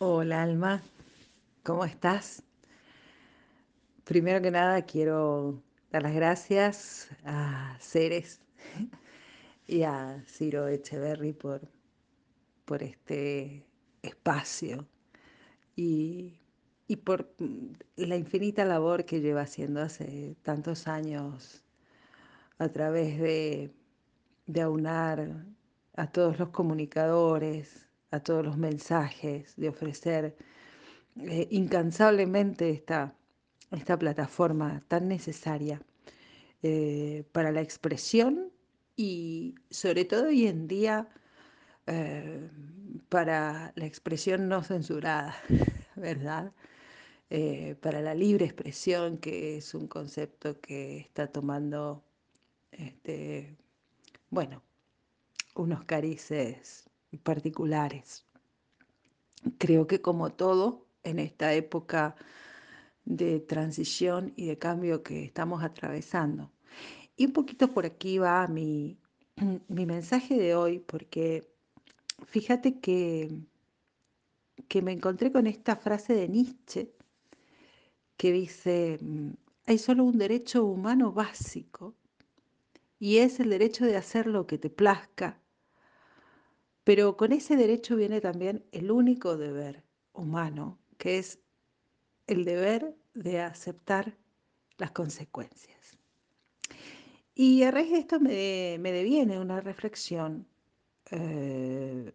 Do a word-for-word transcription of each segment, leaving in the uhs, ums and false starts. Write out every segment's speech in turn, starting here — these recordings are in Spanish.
Hola Alma, ¿cómo estás? Primero que nada quiero dar las gracias a Ceres y a Ciro Echeverry por, por este espacio y, y por mm, la infinita labor que lleva haciendo hace tantos años a través de, de aunar a todos los comunicadores, a todos los mensajes, de ofrecer eh, incansablemente esta, esta plataforma tan necesaria eh, para la expresión y sobre todo hoy en día eh, para la expresión no censurada, ¿verdad? Eh, para la libre expresión, que es un concepto que está tomando, este, bueno, unos carices particulares. Creo que como todo en esta época de transición y de cambio que estamos atravesando. Y un poquito por aquí va mi, mi mensaje de hoy, porque fíjate que, que me encontré con esta frase de Nietzsche que dice, mm, hay solo un derecho humano básico y es el derecho de hacer lo que te plazca, pero con ese derecho viene también el único deber humano, que es el deber de aceptar las consecuencias. Y a raíz de esto me, me deviene una reflexión eh,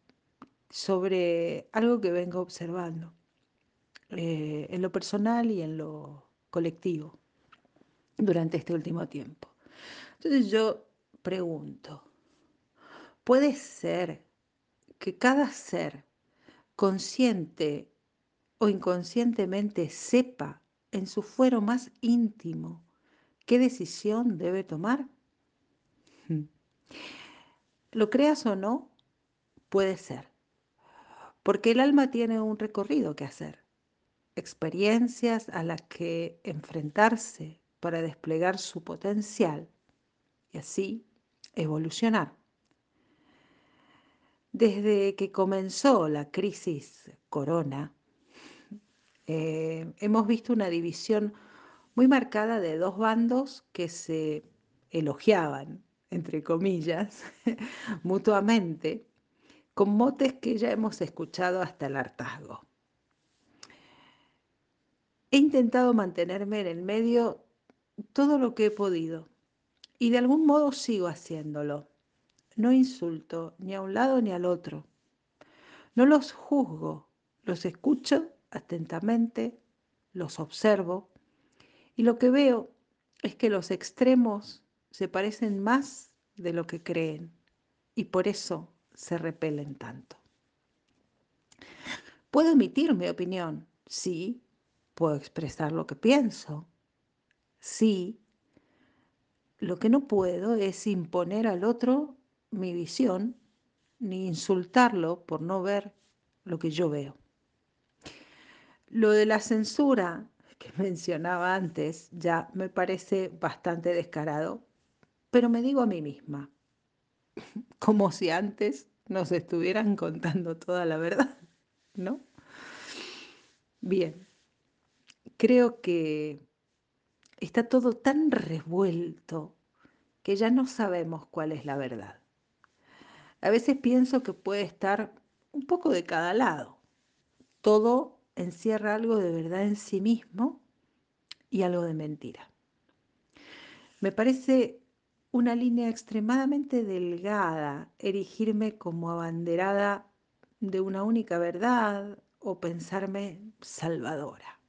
sobre algo que vengo observando eh, en lo personal y en lo colectivo durante este último tiempo. Entonces yo pregunto, ¿puede ser que cada ser consciente o inconscientemente sepa en su fuero más íntimo qué decisión debe tomar? Hmm. Lo creas o no, puede ser, porque el alma tiene un recorrido que hacer, experiencias a las que enfrentarse para desplegar su potencial y así evolucionar. Desde que comenzó la crisis corona, eh, hemos visto una división muy marcada de dos bandos que se elogiaban, entre comillas, mutuamente, con motes que ya hemos escuchado hasta el hartazgo. He intentado mantenerme en el medio todo lo que he podido y de algún modo sigo haciéndolo. No insulto ni a un lado ni al otro. No los juzgo, los escucho atentamente, los observo y lo que veo es que los extremos se parecen más de lo que creen y por eso se repelen tanto. Puedo emitir mi opinión, sí, puedo expresar lo que pienso, sí. Lo que no puedo es imponer al otro mi visión, ni insultarlo por no ver lo que yo veo. Lo de la censura que mencionaba antes ya me parece bastante descarado, pero me digo a mí misma, como si antes nos estuvieran contando toda la verdad, ¿no? Bien, creo que está todo tan revuelto que ya no sabemos cuál es la verdad. A veces pienso que puede estar un poco de cada lado. Todo encierra algo de verdad en sí mismo y algo de mentira. Me parece una línea extremadamente delgada erigirme como abanderada de una única verdad o pensarme salvadora.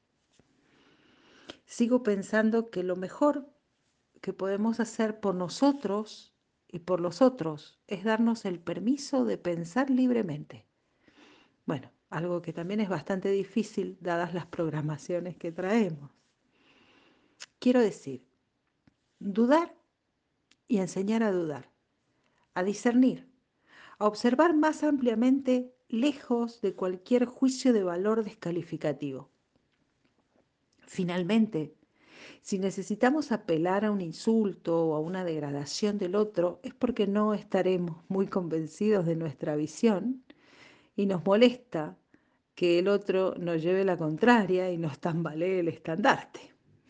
Sigo pensando que lo mejor que podemos hacer por nosotros y por los otros es darnos el permiso de pensar libremente. Bueno, algo que también es bastante difícil dadas las programaciones que traemos. Quiero decir, dudar y enseñar a dudar, a discernir, a observar más ampliamente lejos de cualquier juicio de valor descalificativo. Finalmente, si necesitamos apelar a un insulto o a una degradación del otro, es porque no estaremos muy convencidos de nuestra visión y nos molesta que el otro nos lleve la contraria y nos tambalee el estandarte.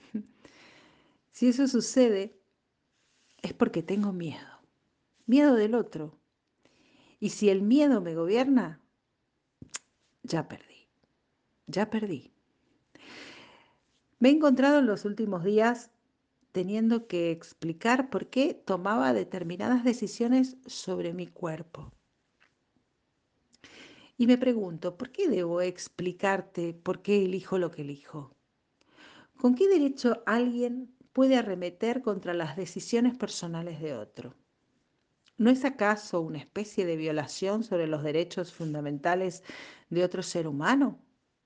Si eso sucede, es porque tengo miedo, miedo del otro. Y si el miedo me gobierna, ya perdí, ya perdí. Me he encontrado en los últimos días teniendo que explicar por qué tomaba determinadas decisiones sobre mi cuerpo. Y me pregunto, ¿por qué debo explicarte por qué elijo lo que elijo? ¿Con qué derecho alguien puede arremeter contra las decisiones personales de otro? ¿No es acaso una especie de violación sobre los derechos fundamentales de otro ser humano?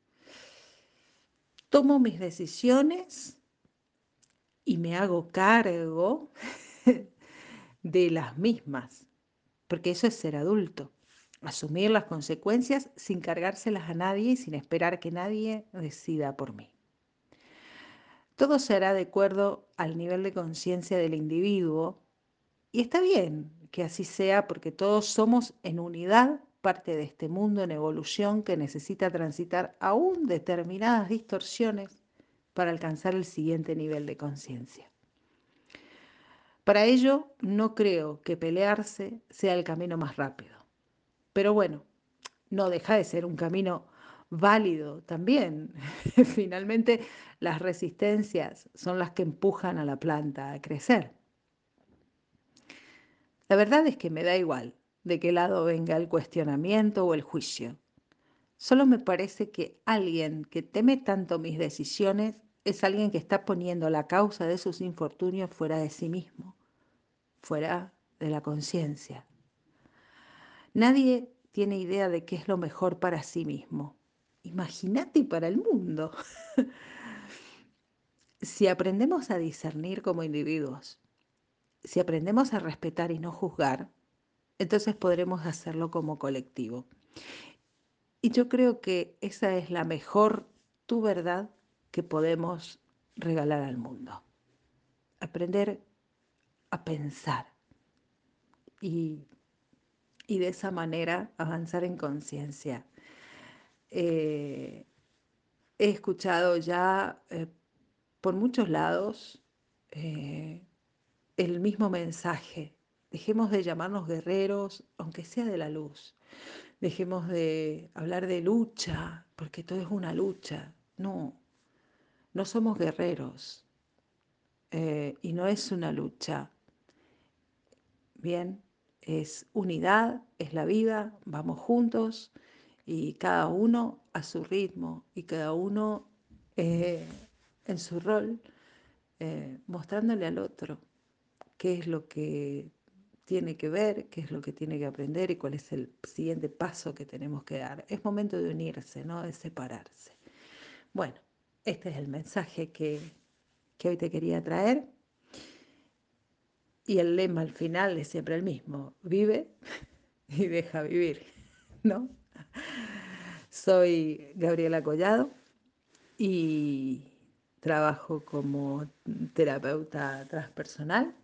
Tomo mis decisiones y me hago cargo de las mismas, porque eso es ser adulto, asumir las consecuencias sin cargárselas a nadie y sin esperar que nadie decida por mí. Todo se hará de acuerdo al nivel de conciencia del individuo y está bien que así sea porque todos somos en unidad parte de este mundo en evolución que necesita transitar aún determinadas distorsiones para alcanzar el siguiente nivel de conciencia. Para ello, no creo que pelearse sea el camino más rápido. Pero bueno, no deja de ser un camino válido también. Finalmente, las resistencias son las que empujan a la planta a crecer. La verdad es que me da igual de qué lado venga el cuestionamiento o el juicio. Solo me parece que alguien que teme tanto mis decisiones es alguien que está poniendo la causa de sus infortunios fuera de sí mismo, fuera de la conciencia. Nadie tiene idea de qué es lo mejor para sí mismo. Imagínate para el mundo. Si aprendemos a discernir como individuos, si aprendemos a respetar y no juzgar, entonces podremos hacerlo como colectivo. Y yo creo que esa es la mejor tu verdad que podemos regalar al mundo. Aprender a pensar y, y de esa manera avanzar en conciencia. Eh, he escuchado ya eh, por muchos lados eh, el mismo mensaje. Dejemos de llamarnos guerreros, aunque sea de la luz. Dejemos de hablar de lucha, porque todo es una lucha. No, no somos guerreros eh, y no es una lucha. Bien, es unidad, es la vida, vamos juntos y cada uno a su ritmo y cada uno eh, en su rol, eh, mostrándole al otro qué es lo que tiene que ver, qué es lo que tiene que aprender y cuál es el siguiente paso que tenemos que dar. Es momento de unirse, no de separarse. Bueno, este es el mensaje que, que hoy te quería traer. Y el lema al final es siempre el mismo: vive y deja vivir, ¿no? Soy Gabriela Collado y trabajo como terapeuta transpersonal